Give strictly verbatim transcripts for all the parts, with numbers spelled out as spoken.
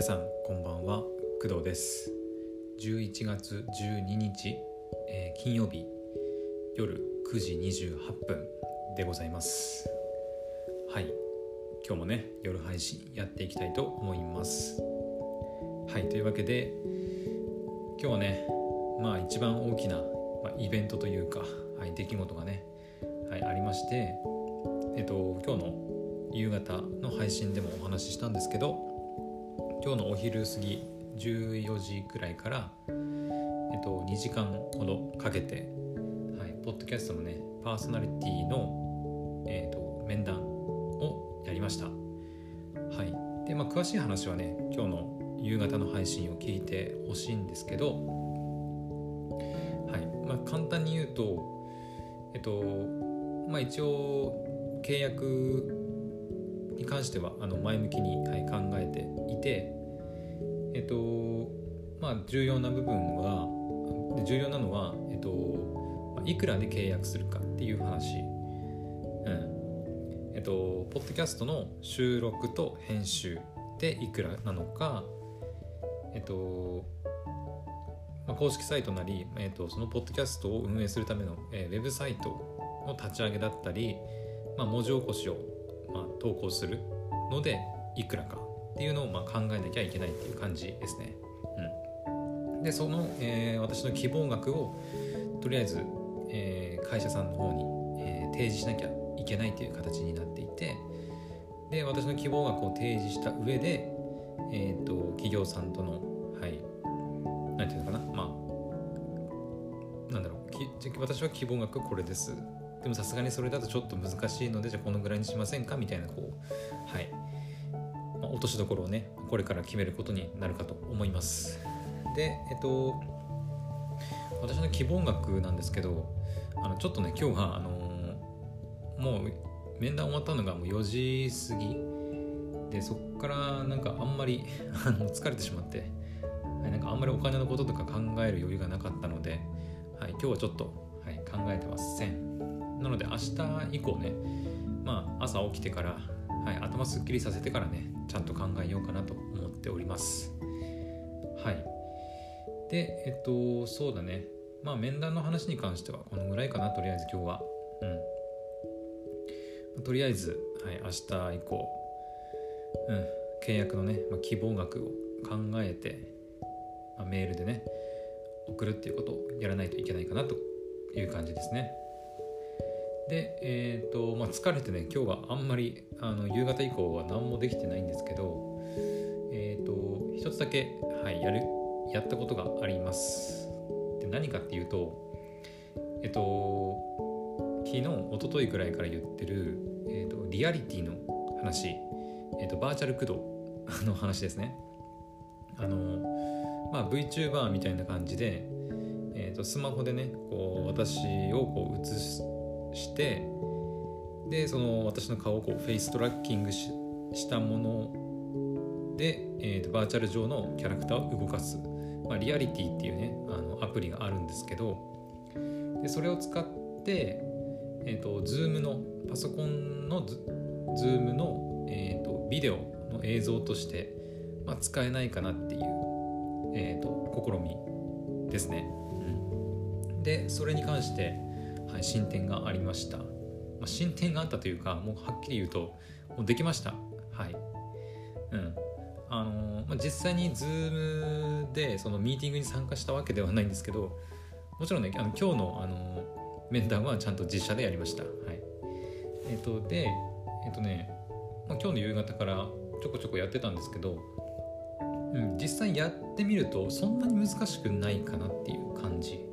皆さんこんばんは、工藤です。じゅういちがつじゅうににち、えー、金曜日夜くじにじゅうはっぷんでございます。はい、今日もね夜配信やっていきたいと思います。はい、というわけで今日はねまあ一番大きな、まあ、イベントというか、はい、出来事がね、はい、ありまして、えっと今日の夕方の配信でもお話ししたんですけど、今日のお昼過ぎじゅうよじくらいから、えっと、にじかんほどかけて、はい、ポッドキャストのねパーソナリティの、えっと、面談をやりました。はい、で、まあ、詳しい話はね今日の夕方の配信を聞いてほしいんですけど、はいまあ、簡単に言うと、えっとまあ、一応契約に関してはあの前向きに、はい、考えていて、えっとまあ重要な部分は重要なのは、えっと、いくらで契約するかっていう話、うんえっと、ポッドキャストの収録と編集でいくらなのか、えっとまあ、公式サイトなり、えっと、そのポッドキャストを運営するための、えー、ウェブサイトの立ち上げだったり、まあ、文字起こしをまあ、投稿するのでいくらかっていうのをまあ考えなきゃいけないっていう感じですね。うん、でその、えー、私の希望額をとりあえず、えー、会社さんの方に、えー、提示しなきゃいけないっていう形になっていて、で私の希望額を提示した上で、えー、と企業さんとのはいなんていうのかなまあなんだろうき私は希望額これです。でもさすがにそれだとちょっと難しいのでじゃあこのぐらいにしませんかみたいなこうはい、まあ、落としどころをねこれから決めることになるかと思います。でえっと私の希望額なんですけど、あのちょっとね今日はあのー、もう面談終わったのがもうよじ過ぎで、そっからなんかあんまりあの疲れてしまって、はい、なんかあんまりお金のこととか考える余裕がなかったので、はい、今日はちょっと、はい、考えてません。なので明日以降ね、まあ、朝起きてから、はい、頭すっきりさせてからねちゃんと考えようかなと思っております。はい。でえっとそうだねまあ面談の話に関してはこのぐらいかな、とりあえず今日は。うんとりあえず、はい、明日以降、うん、契約のね、まあ、希望額を考えて、まあ、メールでね送るっていうことをやらないといけないかなという感じですね。で、えーとまあ、疲れてね今日はあんまりあの夕方以降は何もできてないんですけど、えーと一つだけ、はい、やるやったことがあります。で何かっていうと、えっ、ー、と昨日一昨日ぐらいから言ってる、えーとリアリティの話、えーとバーチャル駆動の話ですね。あの、まあ、VTuber みたいな感じで、えーとスマホでねこう私をこう映すしてでその私の顔をこうフェイストラッキング し, したもので、えー、とバーチャル上のキャラクターを動かす、まあ、リアリティっていうねあのアプリがあるんですけど、でそれを使って、えー、と Zoom のパソコンの Zoom の、えー、とビデオの映像として、まあ、使えないかなっていう、えー、と試みですね。うん、でそれに関してはい、進展がありました。まあ、進展があったというかもうはっきり言うともうできました。はい。うんあのーまあ、実際に Zoom でそのミーティングに参加したわけではないんですけど、もちろんねあの今日の、あのー、面談はちゃんと実写でやりました。はい。えっ、ー、とでえっ、ー、とね、まあ、今日の夕方からちょこちょこやってたんですけど、うん、実際やってみるとそんなに難しくないかなっていう感じ。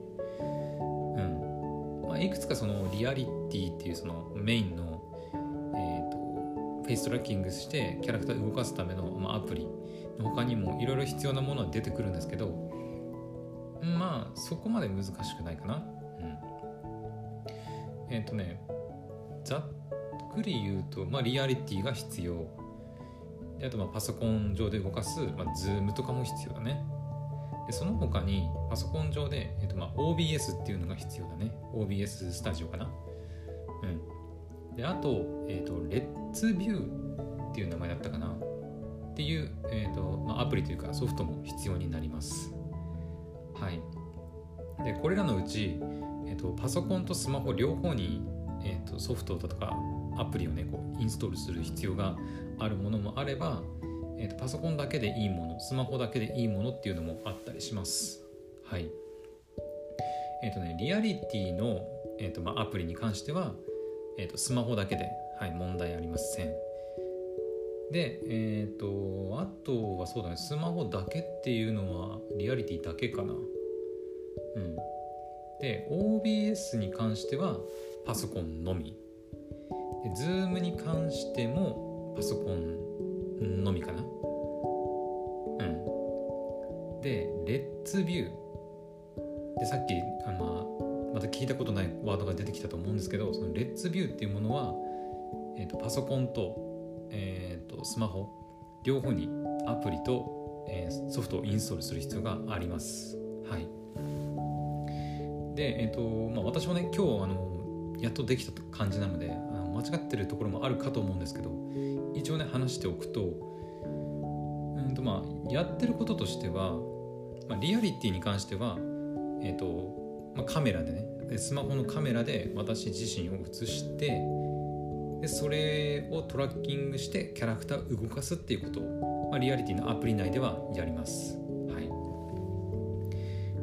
いくつかそのリアリティっていうそのメインの、えーと、フェイストラッキングしてキャラクターを動かすための、まあ、アプリの他にもいろいろ必要なものは出てくるんですけど、まあそこまで難しくないかな。うん、えっ、ー、とねざっくり言うと、まあ、リアリティが必要で、あとまあパソコン上で動かす、まあ、Zoom とかも必要だね。でその他にパソコン上で、えーとまあ、オービーエス っていうのが必要だね。 オービーエス スタジオかな。うんであと,、えーとレッツビューっていう名前だったかなっっていう、えーとまあ、アプリというかソフトも必要になります。はい。でこれらのうち、えーと、パソコンとスマホ両方に、えーと、ソフトだとかアプリをねこうインストールする必要があるものもあれば、えーと、パソコンだけでいいもの、スマホだけでいいものっていうのもあったりします。はい。えっ、ー、とねリアリティの、えーとまあ、アプリに関しては、えーと、スマホだけで、はい、問題ありません。で、えっ、ー、とあとはそうだね、スマホだけっていうのはリアリティだけかな。うん。で オービーエス に関してはパソコンのみで、Zoom に関してもパソコンのみかな。うん。でレッツビューでさっきあのまた聞いたことないワードが出てきたと思うんですけど、そのレッツビューっていうものは、えー、とパソコンと、えー、とスマホ両方にアプリと、えー、ソフトをインストールする必要があります。はい。で、えーとまあ、私もね今日あのやっとできた感じなので、あの間違ってるところもあるかと思うんですけど、一応ね話しておくと、うんとまあやってることとしては、まあ、リアリティに関しては、えーとまあ、カメラでね、スマホのカメラで私自身を映して、でそれをトラッキングしてキャラクターを動かすっていうことを、まあ、リアリティのアプリ内ではやります。はい。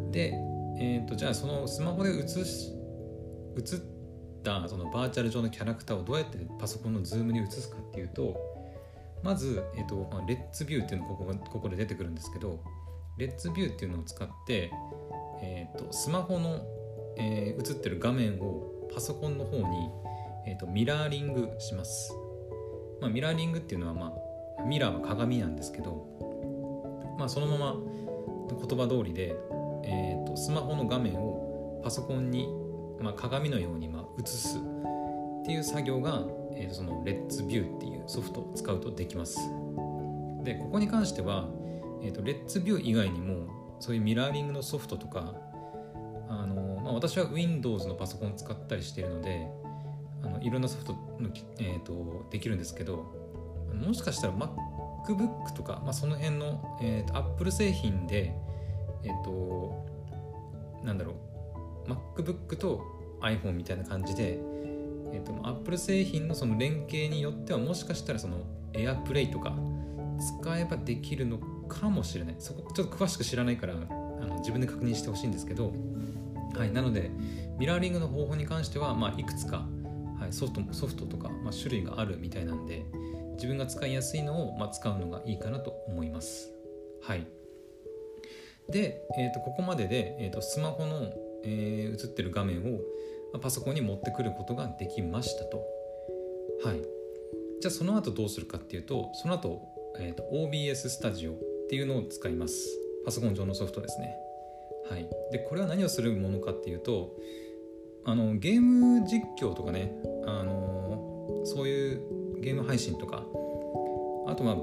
でえー、とじゃあそのスマホで映し映ったそのバーチャル上のキャラクターをどうやってパソコンのズームに移すかっていうと、まず、えーとまあ、レッツビューっていうのがここがここで出てくるんですけど、レッツビューっていうのを使って、えー、とスマホの、えー、映ってる画面をパソコンの方に、えー、とミラーリングします。まあ、ミラーリングっていうのは、まあ、ミラーは鏡なんですけど、まあ、そのまま言葉通りで、えー、とスマホの画面をパソコンに、まあ、鏡のようにまあ映すっていう作業が、えー、とそのレッツビューっていうソフトを使うとできます。でここに関しては、えー、とレッツビュー以外にもそういうミラーリングのソフトとか、あの、まあ、私は Windows のパソコンを使ったりしているので、あのいろんなソフトの、えー、とできるんですけど、もしかしたら MacBook とか、まあ、その辺の、えー、と Apple 製品でえっとなんだろう MacBook と iPhone みたいな感じで、えっと Apple 製品のその連携によってはもしかしたらその AirPlay とか使えばできるのかもしれない。そこちょっと詳しく知らないからあの自分で確認してほしいんですけど、はい。なのでミラーリングの方法に関しては、まあ、いくつか、はい、ソフト、ソフトとか、まあ、種類があるみたいなんで、自分が使いやすいのを、まあ、使うのがいいかなと思います。はい。で、えー、とここまでで、えー、とスマホの、えー、映ってる画面をパソコンに持ってくることができましたと。はい。じゃあその後どうするかっていうと、その後、えー、と オービーエス スタジオっていうのを使います。パソコン上のソフトですね。はい。でこれは何をするものかっていうと、あのゲーム実況とかね、あのそういうゲーム配信とか、あとは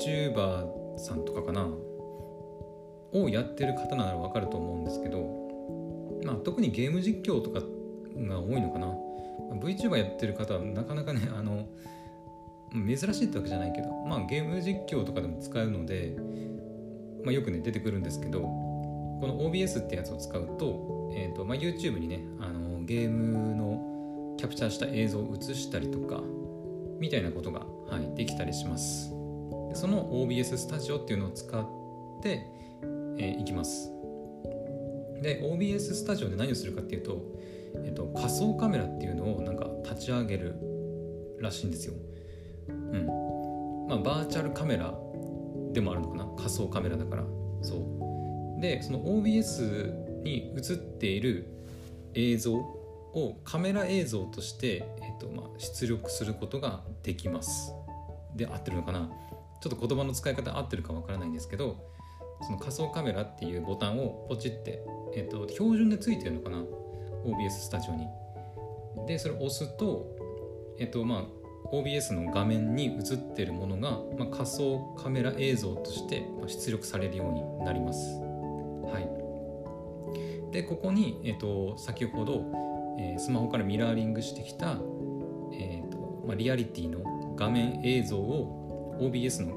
VTuber さんとかかなをやってる方ならわかると思うんですけど、まあ、特にゲーム実況とかが多いのかな。 VTuber やってる方はなかなかね、あの珍しいってわけじゃないけど、まあ、ゲーム実況とかでも使うので、まあ、よくね出てくるんですけど、この オービーエス ってやつを使うと、えーとまあ、YouTube にねあのゲームのキャプチャーした映像を映したりとかみたいなことが、はい、できたりします。その オービーエス スタジオっていうのを使ってえー、いきます。で オービーエス スタジオで何をするかっていうと、えっと、仮想カメラっていうのをなんか立ち上げるらしいんですよ。うん。まあバーチャルカメラでもあるのかな、仮想カメラだから。そうでその オービーエス に映っている映像をカメラ映像として、えっとまあ、出力することができます。で合ってるのかな、ちょっと言葉の使い方合ってるかわからないんですけど、その仮想カメラっていうボタンをポチって、えっと、標準でついてるのかな オービーエス スタジオに。でそれを押すと、えっとまあ オービーエス の画面に映ってるものが、まあ、仮想カメラ映像として出力されるようになります。はい。でここに、えっと、先ほど、えー、スマホからミラーリングしてきた、えっとまあ、リアリティの画面映像を オービーエス の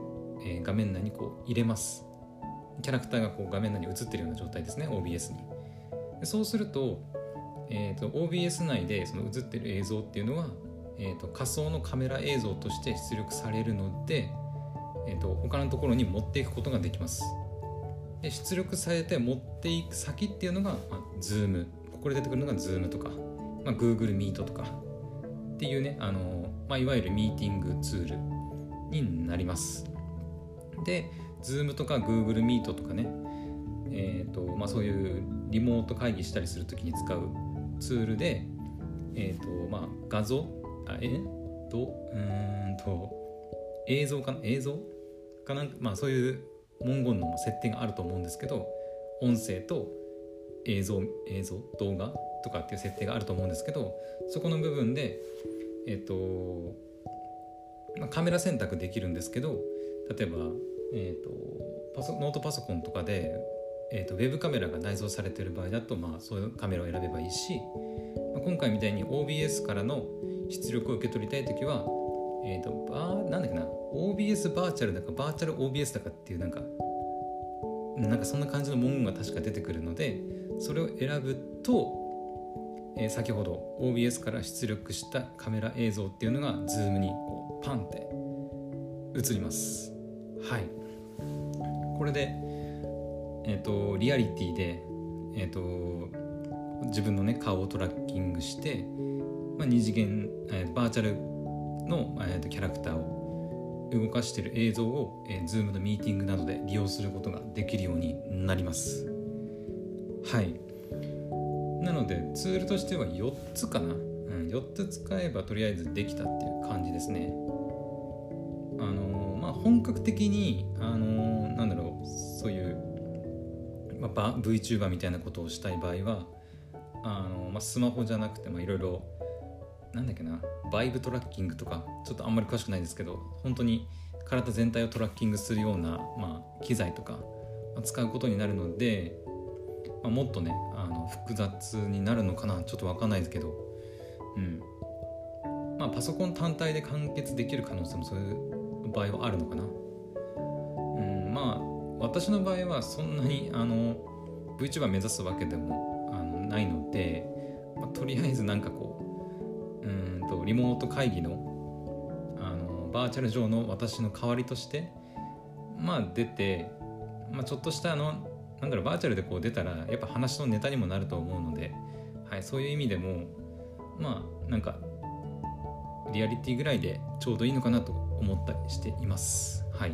えー、画面内にこう入れます。キャラクターがこう画面内に映ってるような状態ですね、 オービーエス に。でそうすると、えーと、オービーエス 内でその映ってる映像っていうのは、えーと、仮想のカメラ映像として出力されるので、えーと、他のところに持っていくことができます。で出力されて持っていく先っていうのが、まあ、Zoom、 ここで出てくるのが Zoom とか、まあ、Google Meet とかっていうね、あの、まあ、いわゆるミーティングツールになります。で Zoom とか Google Meet とかね、えーとまあ、そういうリモート会議したりするときに使うツールで、えーとまあ、画像あえっとうーんと映像かな映像かなんか、まあ、そういう文言の設定があると思うんですけど、音声と映像映像動画とかっていう設定があると思うんですけど、そこの部分でえっと、まあ、カメラ選択できるんですけど、例えば、えっと、パソノートパソコンとかで、えっと、ウェブカメラが内蔵されている場合だと、まあ、そういうカメラを選べばいいし、まあ、今回みたいに オービーエス からの出力を受け取りたいときは、えっと、バーなんだっけな オービーエス バーチャルだかバーチャル オービーエス だかっていうなんかなんかそんな感じの文言が確か出てくるので、それを選ぶと、えー、先ほど オービーエス から出力したカメラ映像っていうのが Zoom にこうパンって映ります。はい。これで、えーと、リアリティで、えーと、自分のね顔をトラッキングして、まあ、二次元、えー、バーチャルの、えーと、キャラクターを動かしている映像を、えー、Zoom のミーティングなどで利用することができるようになります。はい。なのでツールとしてはよっつかな、うん、よっつ使えばとりあえずできたっていう感じですね。あのー、まあ本格的にあのー、なんだろうそういう、まあ、VTuber みたいなことをしたい場合はあのー、まあ、スマホじゃなくていろいろなんだっけなバイブトラッキングとかちょっとあんまり詳しくないですけど、本当に体全体をトラッキングするような、まあ、機材とか使うことになるので、まあ、もっとねあの複雑になるのかな、ちょっと分かんないですけど、うんまあ、パソコン単体で完結できる可能性もそういう場合はあるのかな。うん、まあ私の場合はそんなにあの VTuber 目指すわけでもあのないので、まあ、とりあえずなんかこううーんとリモート会議の、あのバーチャル上の私の代わりとしてまあ出て、まあ、ちょっとしたあのなんだろうバーチャルでこう出たらやっぱ話のネタにもなると思うので、はい、そういう意味でもまあなんかリアリティぐらいでちょうどいいのかなと思ったりしています。はい。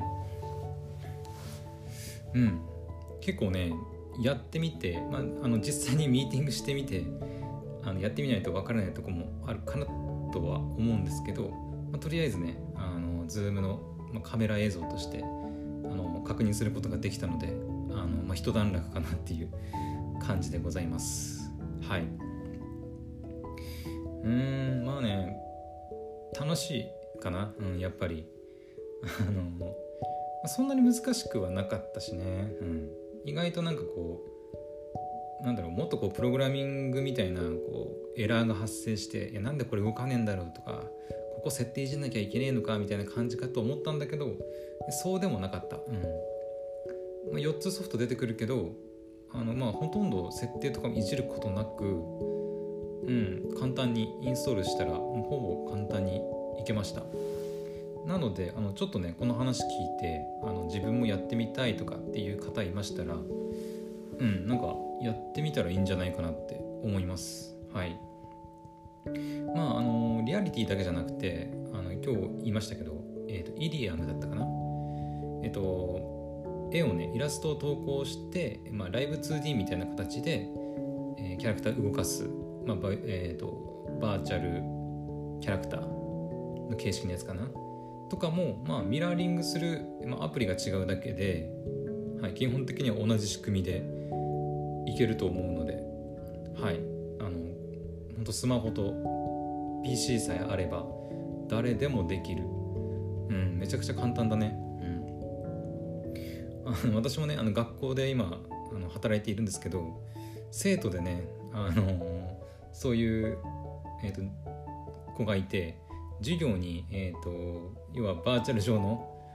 うん。結構ねやってみて、まあ、あの実際にミーティングしてみてあのやってみないと分からないところもあるかなとは思うんですけど、まあ、とりあえずねあの Zoom のカメラ映像としてあの確認することができたのであの、まあ、一段落かなっていう感じでございます。はい。うーんまあね楽しいかな、うん、やっぱりあのそんなに難しくはなかったしね、うん、意外となんかこうなんだろうもっとこうプログラミングみたいなこうエラーが発生していやなんでこれ動かねえんだろうとかここ設定いじんなきゃいけねえのかみたいな感じかと思ったんだけどそうでもなかった、うんまあ、よっつソフト出てくるけどあのまあほとんど設定とかもいじることなく、うん、簡単にインストールしたらほぼ簡単にいけました。なのであのちょっとねこの話聞いてあの自分もやってみたいとかっていう方いましたらうんなんかやってみたらいいんじゃないかなって思います。はい。まああのリアリティだけじゃなくてあの今日言いましたけど、えーと、イリアムだったかなえっ、ー、と絵をねイラストを投稿して、まあ、ライブ ツーディー みたいな形で、えー、キャラクター動かす、まあえーと、バーチャルキャラクターの形式のやつかなとかも、まあ、ミラーリングする、まあ、アプリが違うだけで、はい、基本的には同じ仕組みでいけると思うので、はい、あの本当スマホと ピーシー さえあれば誰でもできる、うん、めちゃくちゃ簡単だね、うん、あの私もねあの学校で今あの働いているんですけど生徒でねあのそういう、えーと、子がいて授業に、えーと、要はバーチャル上の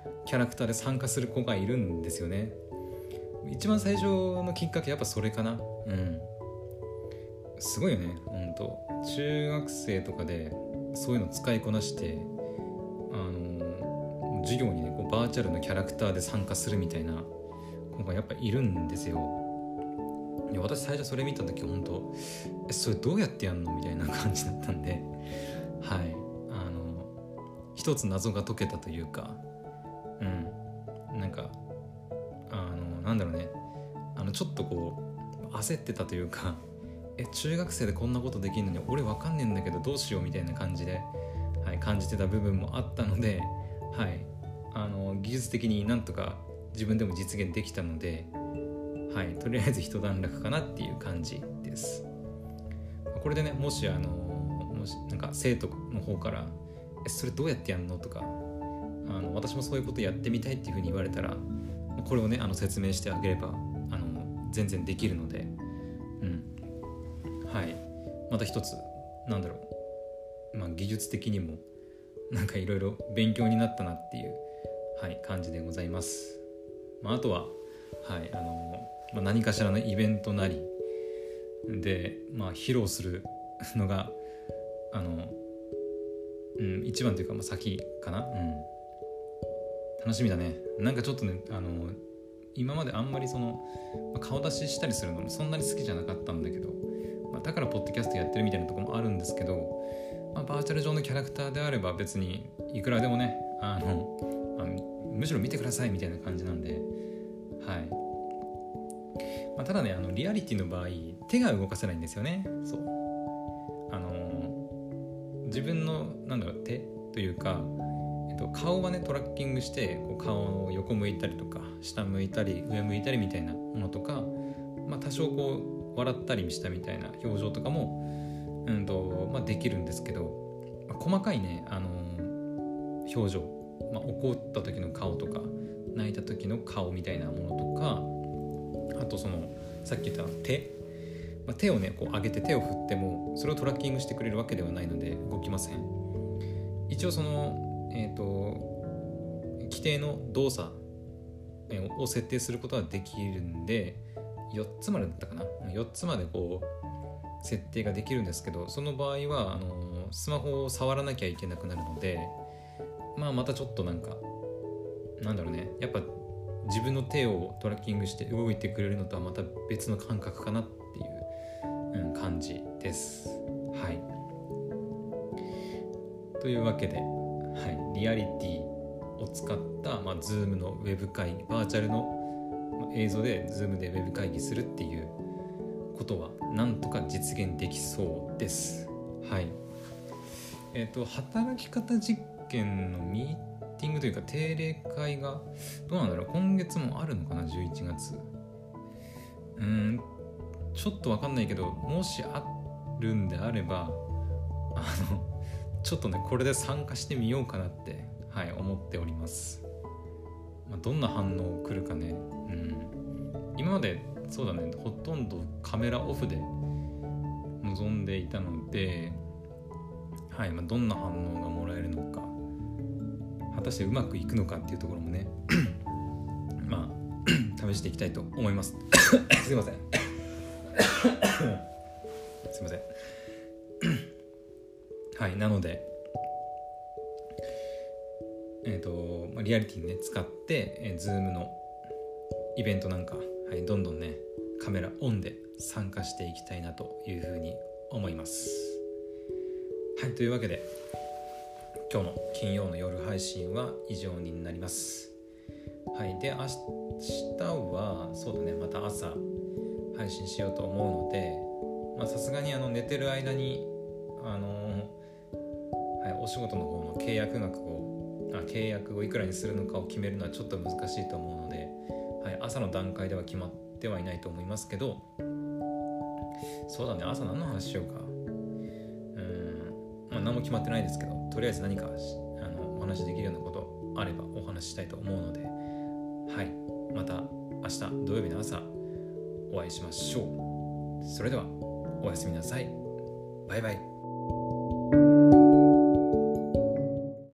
キャラクターで参加する子がいるんですよね。一番最初のきっかけやっぱそれかな。うんすごいよね。ほんと中学生とかでそういうの使いこなして、あの授業にねこうバーチャルのキャラクターで参加するみたいな子がやっぱいるんですよ。いや私最初それ見た時ほんとえそれどうやってやんのみたいな感じだったんで、はいあの一つ謎が解けたというか、うんなんかあのなんだろうねあのちょっとこう焦ってたというかえ中学生でこんなことできるのに俺わかんねえんだけどどうしようみたいな感じで、はい、感じてた部分もあったので、はい、あの技術的になんとか自分でも実現できたので、はい、とりあえず一段落かなっていう感じです。これでねもしあのもしなんか生徒の方からえそれどうやってやんのとかあの私もそういうことやってみたいっていうふうに言われたらこれをねあの説明してあげればあの全然できるので、うんはい、また一つなんだろう、まあ、技術的にもなんかいろいろ勉強になったなっていう、はい、感じでございます。まあ、あとは、はいあのまあ、何かしらのイベントなりで、まあ、披露するのがあの、うん、一番というか、まあ、先かな、うん、楽しみだね。なんかちょっとねあの今まであんまりその、まあ、顔出ししたりするのもそんなに好きじゃなかったんだけど、まあ、だからポッドキャストやってるみたいなところもあるんですけど、まあ、バーチャル上のキャラクターであれば別にいくらでもねあのあむしろ見てくださいみたいな感じなんで、はいまあ、ただねあのリアリティの場合手が動かせないんですよね。そうあの自分のなんだろう手というか、えっと、顔はねトラッキングしてこう顔を横向いたりとか下向いたり上向いたりみたいなものとか、まあ、多少こう笑ったりしたみたいな表情とかも、うんとまあ、できるんですけど、まあ、細かいね、あのー、表情、まあ、怒った時の顔とか泣いた時の顔みたいなものとか、あとそのさっき言った手、まあ、手をねこう上げて手を振ってもそれをトラッキングしてくれるわけではないので動きません。一応そのえっと規定の動作を設定することはできるんでよっつまでだったかなよっつまでこう設定ができるんですけど、その場合はあのスマホを触らなきゃいけなくなるので、まあまたちょっとなんかなんだろうねやっぱ自分の手をトラッキングして動いてくれるのとはまた別の感覚かなっていう、うん、感じです。はいというわけで、はい、リアリティを使った、まあ、Zoom のウェブ会議バーチャルの映像で Zoom でウェブ会議するっていうことはなんとか実現できそうです。はい。えっと働き方実験のミーティングというか定例会がどうなんだろう今月もあるのかなじゅういちがつ。うーんちょっとわかんないけどもしあるんであればあのちょっとねこれで参加してみようかなってはい思っております。まあ、どんな反応来るかね、うん、今までそうだねほとんどカメラオフで臨んでいたので、はいまあ、どんな反応がもらえるのか果たしてうまくいくのかっていうところもねまあ試していきたいと思いますすいませんすいませんはいなのでえーとまあ、リアリティにね使って、えー、Zoom のイベントなんか、はい、どんどんねカメラオンで参加していきたいなというふうに思います。はいというわけで今日の金曜の夜配信は以上になります。はいで明日はそうだねまた朝配信しようと思うのでさすがにあの寝てる間にあのーはい、お仕事の方の契約額を契約をいくらにするのかを決めるのはちょっと難しいと思うので、はい、朝の段階では決まってはいないと思いますけど、そうだね朝何の話しようかうーん、まあ、何も決まってないですけどとりあえず何かあのお話できるようなことあればお話ししたいと思うので、はいまた明日土曜日の朝お会いしましょう。それではおやすみなさい。バイバイ。